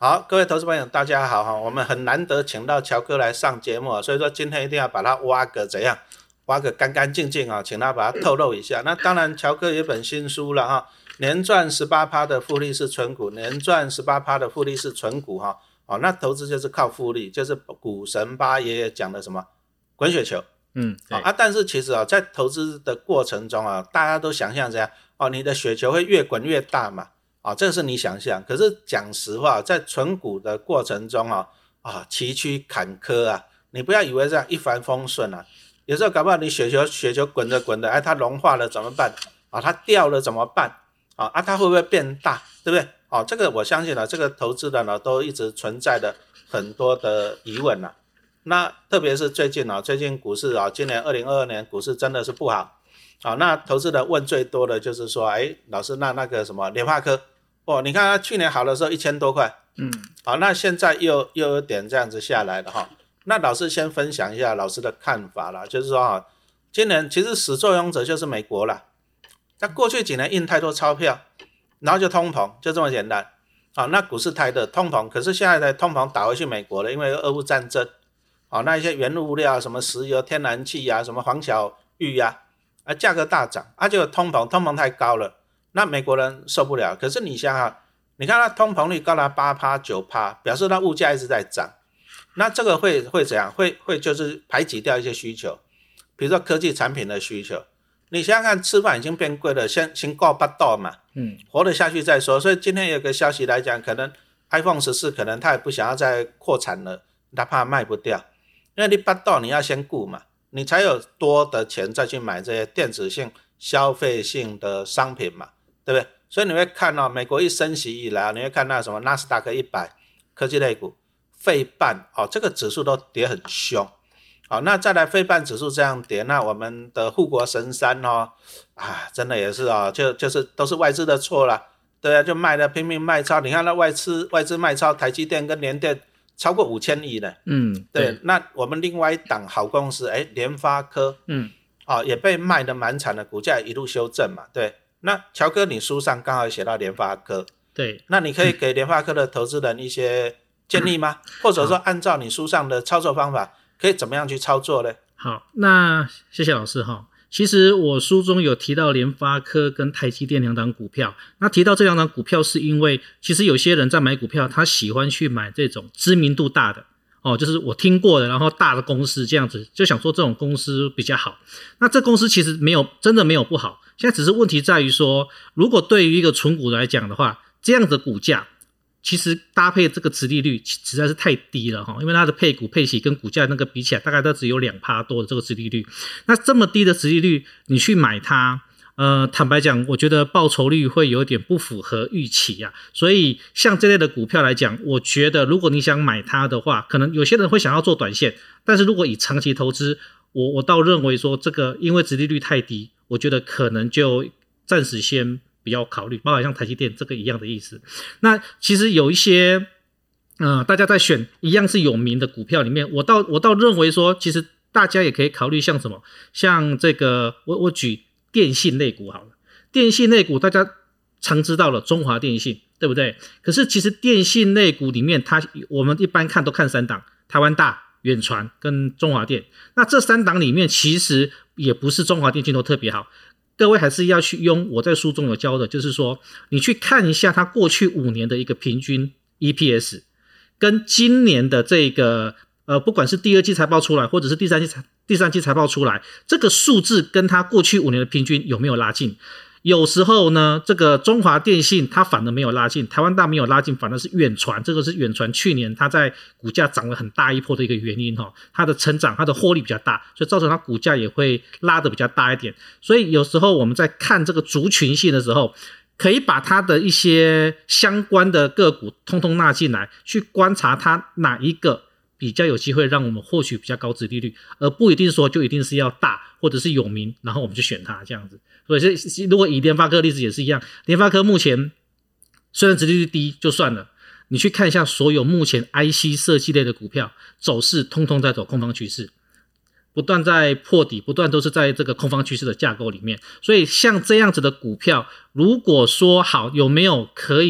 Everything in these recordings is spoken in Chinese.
好，各位投资朋友，大家好哈！我们很难得请到乔哥来上节目，所以说今天一定要把他挖个怎样，挖个干干净净啊，请他把它透露一下。那当然，乔哥有一本新书了哈，年赚 18% 的复利式存股，年赚 18% 的复利式存股哈。哦，那投资就是靠复利，就是股神巴爷爷讲的什么滚雪球。但是其实啊，在投资的过程中啊，大家都想象这样哦，你的雪球会越滚越大嘛。这个是你想象，可是讲实话，在存股的过程中崎岖坎坷啊，你不要以为这样一帆风顺啊，有时候搞不好你雪球滚着滚着，它融化了怎么办？它掉了怎么办？它会不会变大？对不对？这个我相信这个投资人都一直存在的很多的疑问啊。那特别是最近股市今年2022年股市真的是不好那投资人问最多的就是说，老师那个什么联发科你看他去年好的时候1000多块，那现在又有点这样子下来了哈。那老师先分享一下老师的看法啦，就是说今年其实始作俑者就是美国啦，他过去几年印太多钞票，然后就通膨，就这么简单那股市太热通膨，可是现在的通膨打回去美国了，因为俄乌战争那一些原物料什么石油、天然气什么黄小玉价格大涨结果通膨太高了。那美国人受不了，可是你想想，你看它通膨率高达 8%、9%， 表示它物价一直在涨。那这个会怎样？会就是排挤掉一些需求，比如说科技产品的需求。你想想看，吃饭已经变贵了，先过巴肚嘛，活得下去再说。所以今天有个消息来讲，可能 iPhone 14可能他也不想要再扩产了，他怕卖不掉，因为你巴肚你要先顾嘛，你才有多的钱再去买这些电子性、消费性的商品嘛。对不对？所以你会看美国一升息以来你会看到什么纳斯达克100科技类股、费半这个指数都跌很凶那再来费半指数这样跌，那我们的护国神山真的也是就是都是外资的错啦。对就卖了拼命卖超，你看那外资卖超台积电跟联电超过5000亿呢。对，那我们另外一档好公司联发科也被卖得蛮惨的，股价一路修正嘛。对，那乔哥你书上刚好写到联发科， 对， 那你可以给联发科的投资人一些建议吗？或者说按照你书上的操作方法可以怎么样去操作呢？ 好，那谢谢老师其实我书中有提到联发科跟台积电两档股票，那提到这两档股票是因为其实有些人在买股票他喜欢去买这种知名度大的就是我听过的，然后大的公司这样子，就想说这种公司比较好。那这公司其实真的没有不好，现在只是问题在于说，如果对于一个纯股来讲的话，这样的股价其实搭配这个殖利率实在是太低了因为它的配股配息跟股价那个比起来，大概都只有 2% 多的这个殖利率。那这么低的殖利率，你去买它坦白讲，我觉得报酬率会有点不符合预期所以像这类的股票来讲，我觉得如果你想买它的话，可能有些人会想要做短线，但是如果以长期投资，我倒认为说这个因为殖利率太低，我觉得可能就暂时先不要考虑，包括像台积电这个一样的意思。那其实有一些大家在选一样是有名的股票里面，我倒认为说其实大家也可以考虑像什么，像这个我举电信类股好了，电信类股大家常知道了中华电信，对不对？可是其实电信类股里面我们一般都看3档，台湾大、远传跟中华电。那这3档里面其实也不是中华电信都特别好，各位还是要去用我在书中有教的，就是说你去看一下它过去5年的一个平均 EPS 跟今年的这个不管是第2季财报出来或者是第三季财报出来，这个数字跟它过去5年的平均有没有拉近？有时候呢，这个中华电信它反而没有拉近，台湾大没有拉近，反而是远传，这个是远传去年它在股价涨了很大一波的一个原因它的成长，它的获利比较大，所以造成它股价也会拉得比较大一点。所以有时候我们在看这个族群性的时候，可以把它的一些相关的个股通通纳进来，去观察它哪一个比较有机会让我们获取比较高殖利率，而不一定说就一定是要大或者是有名，然后我们就选它这样子。所以如果以联发科的例子也是一样，联发科目前虽然殖利率低就算了，你去看一下所有目前 IC 设计类的股票走势通通在走空方趋势，不断在破底，不断都是在这个空方趋势的架构里面。所以像这样子的股票，如果说好有没有可以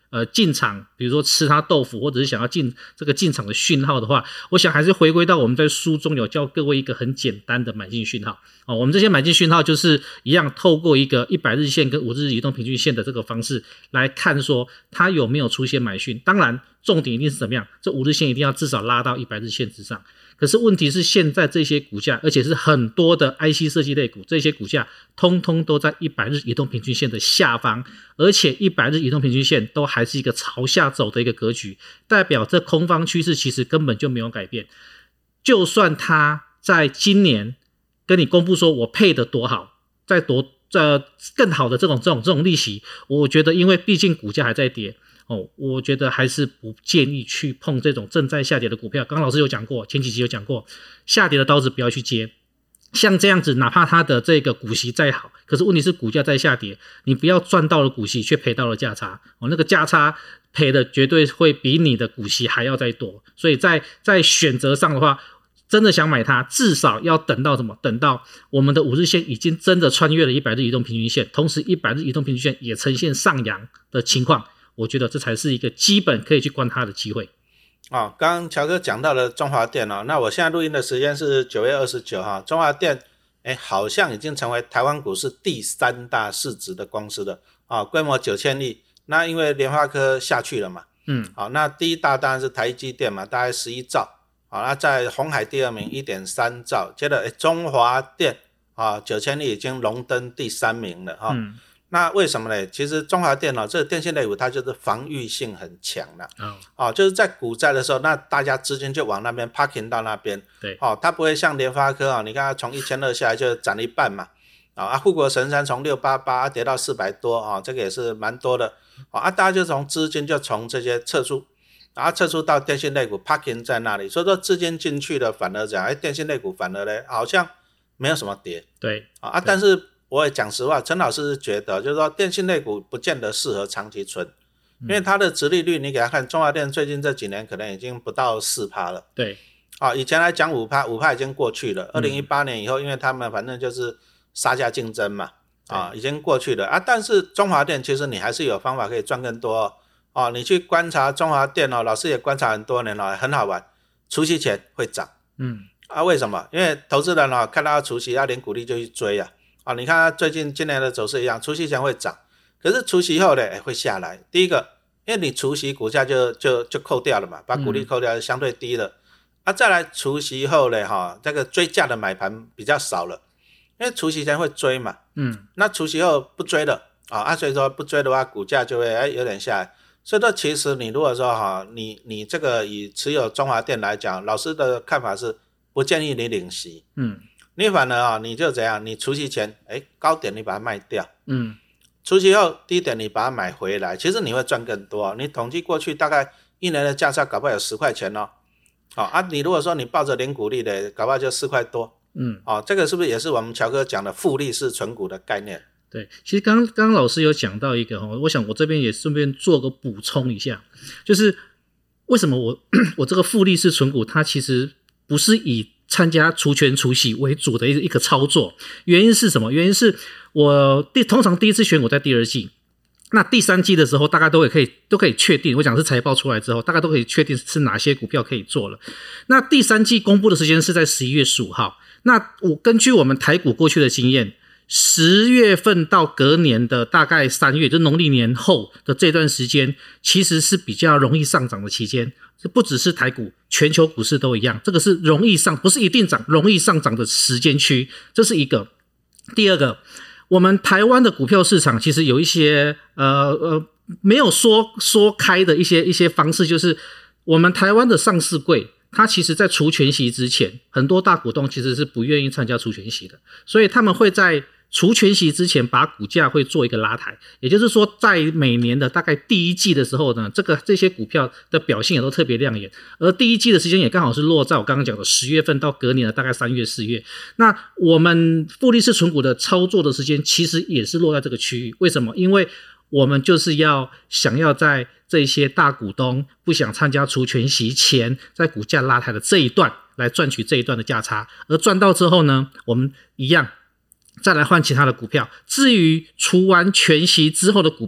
进场，比如说吃它豆腐，或者是想要进场的讯号的话，我想还是回归到我们在书中有教各位一个很简单的买进讯号。我们这些买进讯号就是一样透过一个100日线跟5日移动平均线的这个方式来看说它有没有出现买讯。当然重点一定是怎么样，这5日线一定要至少拉到100日线之上。可是问题是现在这些股价，而且是很多的 IC 设计类股，这些股价通通都在100日移动平均线的下方，而且100日移动平均线都还是一个朝下走的一个格局，代表这空方趋势其实根本就没有改变。就算它在今年跟你公布说我配的多好，再更好的这种利息，我觉得因为毕竟股价还在跌我觉得还是不建议去碰这种正在下跌的股票。刚刚老师有讲过，前几集有讲过，下跌的刀子不要去接。像这样子，哪怕它的这个股息再好，可是问题是股价在下跌，你不要赚到了股息却赔到了价差那个价差赔的绝对会比你的股息还要再多。所以在选择上的话，真的想买它，至少要等到什么？等到我们的5日线已经真的穿越了100日移动平均线，同时100日移动平均线也呈现上扬的情况，我觉得这才是一个基本可以去观它的机会。 刚刚乔哥讲到了中华电那我现在录音的时间是9月29号，中华电好像已经成为台湾股市第3大市值的公司了规模9000亿。那因为联发科下去了嘛，那第一大当然是台积电嘛，大概11兆那在鸿海第2名 1.3 兆，接着中华电9000亿已经荣登第3名了那为什么呢？其实中华电这个电信类股它就是防御性很强了就是在股灾的时候，那大家资金就往那边 parking 到那边， 对它不会像联发科你看它从1200下来就涨了一半嘛护国神山从688跌到400多这个也是蛮多的大家就从资金就从这些撤出，然后撤出到电信类股 parking 在那里，所以说资金进去了，反而讲电信类股反而呢好像没有什么跌， 对但是我也讲实话，陈老师是觉得就是说电信类股不见得适合长期存，因为它的殖利率你给他看，中华电最近这几年可能已经不到 4% 了， 对以前来讲 5% 已经过去了，2018年以后因为他们反正就是杀价竞争嘛已经过去了但是中华电其实你还是有方法可以赚更多你去观察中华电老师也观察很多年很好玩，除息前会涨为什么？因为投资人看到除息领股利就去追你看它最近今年的走势一样，除息前会涨，可是除息后呢会下来。第一个，因为你除息股价就扣掉了嘛，把股利扣掉相对低了再来除息后呢这个追价的买盘比较少了，因为除息前会追嘛那除息后不追了所以说不追的话股价就会有点下来。所以说其实你如果说你这个以持有中华电来讲，老师的看法是不建议你领息你反而你就怎样，你除息前高点你把它卖掉除息后低点你把它买回来，其实你会赚更多你统计过去大概一年的价差搞不好有10块钱你如果说你抱着零股利的，搞不好就4块多这个是不是也是我们乔哥讲的复利式存股的概念？ 对，其实刚刚老师有讲到一个我想我这边也顺便做个补充一下，就是为什么我这个复利式存股它其实不是以参加除权除息为主的一个操作。原因是什么？原因是我通常第一次选股在第2季，那第3季的时候大概都可以确定，我讲是财报出来之后大概都可以确定是哪些股票可以做了。那第3季公布的时间是在11月15号，那我根据我们台股过去的经验，10月份到隔年的大概3月，就农历年后的这段时间其实是比较容易上涨的期间，不只是台股，全球股市都一样，这个是容易上，不是一定涨，容易上涨的时间区，这是一个。第二个，我们台湾的股票市场其实有一些没有说开的一些方式，就是我们台湾的上市柜它其实在除权息之前，很多大股东其实是不愿意参加除权息的，所以他们会在除权息之前把股价会做一个拉抬，也就是说在每年的大概第1季的时候呢，这些股票的表现也都特别亮眼，而第1季的时间也刚好是落在我刚刚讲的10月份到隔年的大概3月4月。那我们复利式存股的操作的时间其实也是落在这个区域。为什么？因为我们就是想要在这些大股东不想参加除权息前，在股价拉抬的这一段来赚取这一段的价差，而赚到之后呢，我们一样再来换其他的股票。至于除完权息之后的股票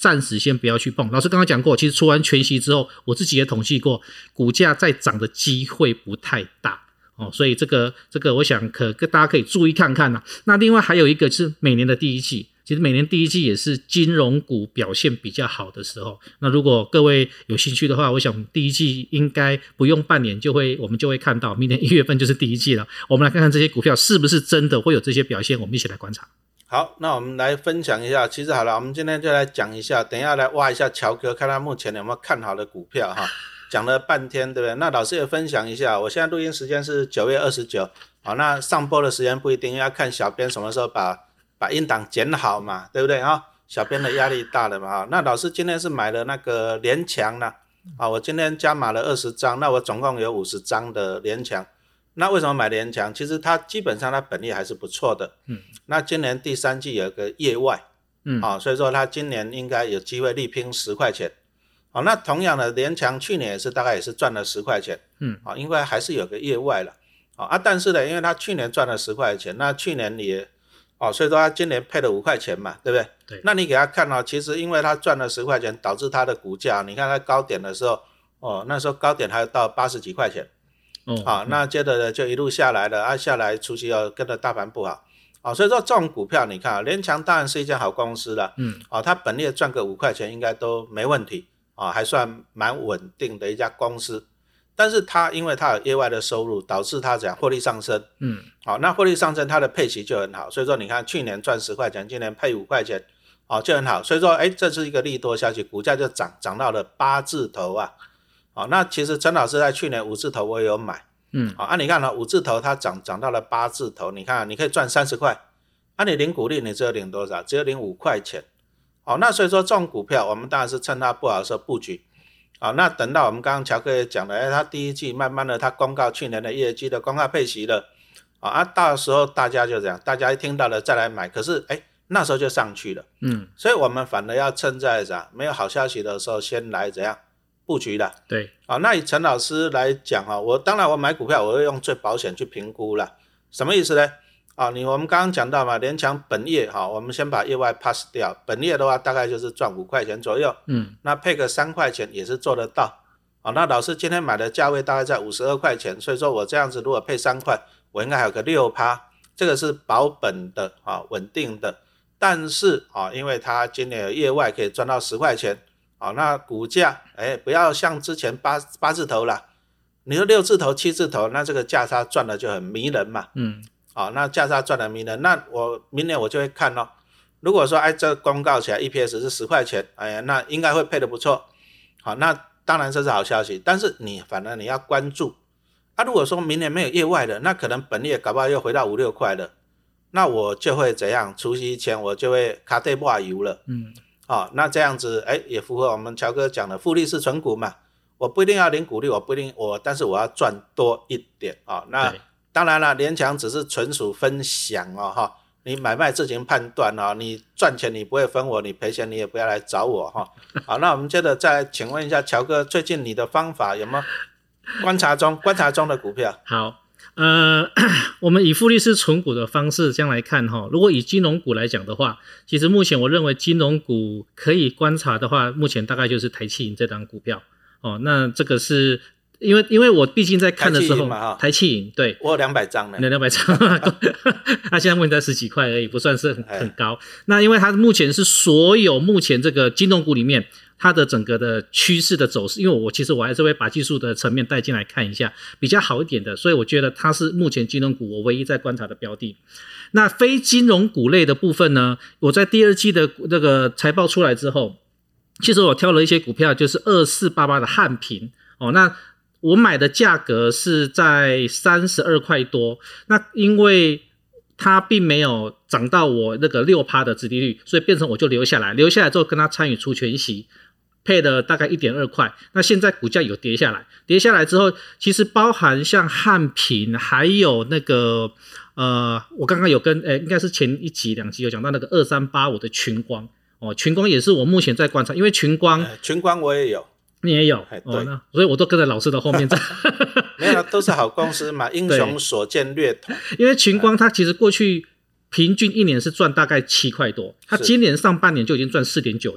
暂时先不要去碰。老师刚刚讲过，其实出完全息之后，我自己也统计过，股价再涨的机会不太大。所以这个我想大家可以注意看看。那另外还有一个是每年的第一季，其实每年第一季也是金融股表现比较好的时候。那如果各位有兴趣的话，我想第一季应该不用半年我们就会看到，明年1月份就是第一季了。我们来看看这些股票是不是真的会有这些表现，我们一起来观察。 好，那我们来分享一下。其实好了，我们今天就来讲一下，等一下来挖一下乔哥，看他目前有没有看好的股票哈。讲了半天，对不对？那老师也分享一下，我现在录音时间是9月29，好，那上播的时间不一定，要看小编什么时候把音档剪好嘛，对不对啊？小编的压力大了嘛。那老师今天是买了那个联强啦，我今天加码了20张，那我总共有50张的联强。那为什么买联强？其实它基本上它本利还是不错的，那今年第3季有个业外，所以说它今年应该有机会力拼10块钱。那同样的联强去年大概也是赚了10块钱，因为还是有个业外了，但是呢，因为他去年赚了10块钱，那去年也所以说他今年配了5块钱嘛，对不对？ 对。 那你给他看其实因为他赚了10块钱，导致他的股价，你看他高点的时候，那时候高点还有到80几块钱，那接着呢就一路下来了，下来除夕跟着大盘不好，所以说这种股票你看联强当然是一家好公司了，他本利赚个5块钱应该都没问题。还算蛮稳定的一家公司，但是它因为它有业外的收入，导致它这样获利上升，那获利上升它的配息就很好，所以说你看去年赚10块钱，今年配5块钱，就很好，所以说这是一个利多消息，股价就涨到了8字头啊，那其实陈老师在去年5字头我也有买，你看5字头它涨到了8字头，你看你可以赚30块，你领股利你只有领多少？只有领5块钱。那所以说这种股票我们当然是趁它不好的时候布局，那等到我们刚刚乔哥也讲了，他第一季慢慢的他公告去年的业绩的公告配息了，到时候大家就这样，大家一听到了再来买，可是那时候就上去了，所以我们反而要趁在没有好消息的时候先来怎样布局了。 对， 那以陈老师来讲，当然我买股票我会用最保险去评估了，什么意思呢？我们刚刚讲到嘛，联强本业我们先把业外 pass 掉，本业的话大概就是赚5块钱左右，那配个3块钱也是做得到，那老师今天买的价位大概在52块钱，所以说我这样子如果配3块，我应该还有个 6%， 这个是保本的稳定的，但是因为它今年有业外可以赚到10块钱，那股价不要像之前8字头啦，你说6字头7字头，那这个价差赚的就很迷人嘛，那价差赚的迷人，那我明年我就会看咯，如果说这公告起来 EPS 是10块钱，那应该会配得不错，那当然这是好消息，但是反而你要关注如果说明年没有业外的，那可能本利搞不好又回到5、6块了，那我就会怎样？除夕前我就会卡对挂油了，那这样子也符合我们乔哥讲的复利式存股嘛，我不一定要领股利，但是我要赚多一点那当然了，联强只是纯属分享你买卖自行判断你赚钱你不会分我，你赔钱你也不要来找我好，那我们接着再请问一下乔哥，最近你的方法有没有观察中的股票？ 好，我们以复利式存股的方式这样来看如果以金融股来讲的话，其实目前我认为金融股可以观察的话，目前大概就是台企银这档股票那这个是因为我毕竟在看的时候，台企银对， 我有200张呢， 你有200张，它现在目前才10几块而已，不算是很高。那因为它目前是所有目前这个金融股里面，它的整个的趋势的走势，因为其实我还是会把技术的层面带进来看一下，比较好一点的，所以我觉得它是目前金融股我唯一在观察的标的。那非金融股类的部分呢，我在第2季的这个财报出来之后，其实我挑了一些股票，就是2488的汉平那我买的价格是在32块多，那因为它并没有涨到我那个 6% 的殖利率，所以变成我就留下来之后跟它参与除权息，配了大概 1.2 块，那现在股价有跌下来之后，其实包含像汉平还有那个我刚刚有跟应该是前1集2集有讲到那个2385的群光群光也是我目前在观察，因为群光我也有， 你也有对所以我都跟在老师的后面在没有，都是好公司嘛，英雄所见略同。 因为群光它其实过去平均1年是赚大概7块多，它今年上半年就已经赚 4.91，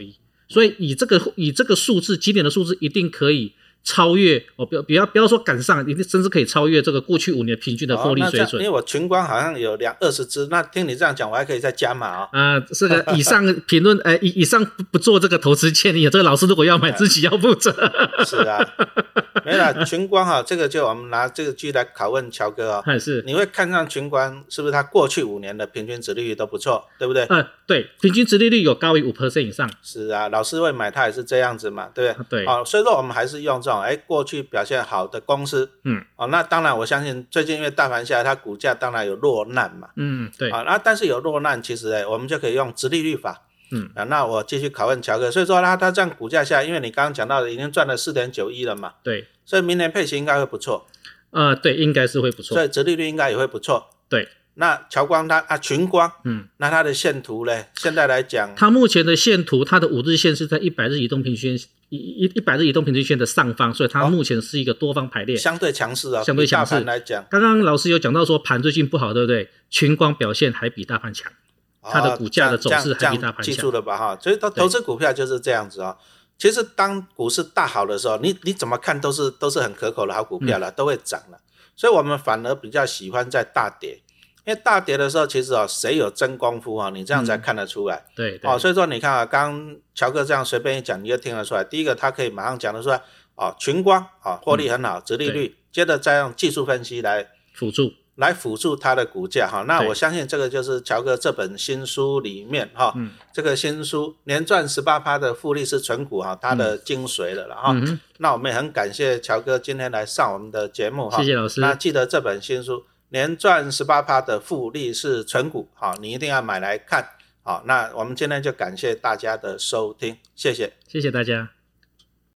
所以以这个数字基点的数字一定可以超越不要说赶上，一定甚至可以超越这个过去5年平均的获利水准。 因为我群光好像有20只，那听你这样讲，我还可以再加码这个以上评论以上不做这个投资建议，这个老师如果要买自己要负责。 是啊，没啦，群光这个就我们拿这个句来拷问乔哥是你会看上群光是不是它过去5年的平均殖利率都不错，对不对？ 对，平均殖利率有高于 5% 以上。 是啊，老师会买它也是这样子嘛，对不对？ 对。 所以说我们还是用这种过去表现好的公司，那当然我相信最近因为大盘下来，它股价当然有落难嘛， 对。 那但是有落难，其实我们就可以用殖利率法，那我继续拷问乔哥，所以说它这样股价下来，因为你刚刚讲到的已经赚了 4.91 了嘛， 对， 所以明年配息应该会不错， 对，应该是会不错， 所以殖利率应该也会不错， 对。 那乔光群光，那它的线图呢？现在来讲， 它目前的线图，它的5日线是在100日移动平均线的上方，所以它目前是一个多方排列， 相对强势相对强势。 来讲， 刚刚老师有讲到说盘最近不好，对不对？群光表现还比大盘强，它的股价的走势还比大盘强， 记住了吧所以投资股票就是这样子其实当股市大好的时候，你怎么看都是很可口的好股票了，都会涨了。所以我们反而比较喜欢在大跌。因为大跌的时候，其实谁有真功夫你这样才看得出来。 对。 所以说你看刚乔哥这样随便一讲，你就听得出来。第一个，他可以马上讲得出来群光获利很好，殖利率，接着再用技术分析来辅助它的股价那我相信这个就是乔哥这本新书里面这个新书年赚 18% 的复利式存股它的精髓了那我们也很感谢乔哥今天来上我们的节目谢谢老师。 那记得这本新书年赚 18% 的复利式存股你一定要买来看那我们今天就感谢大家的收听，谢谢大家。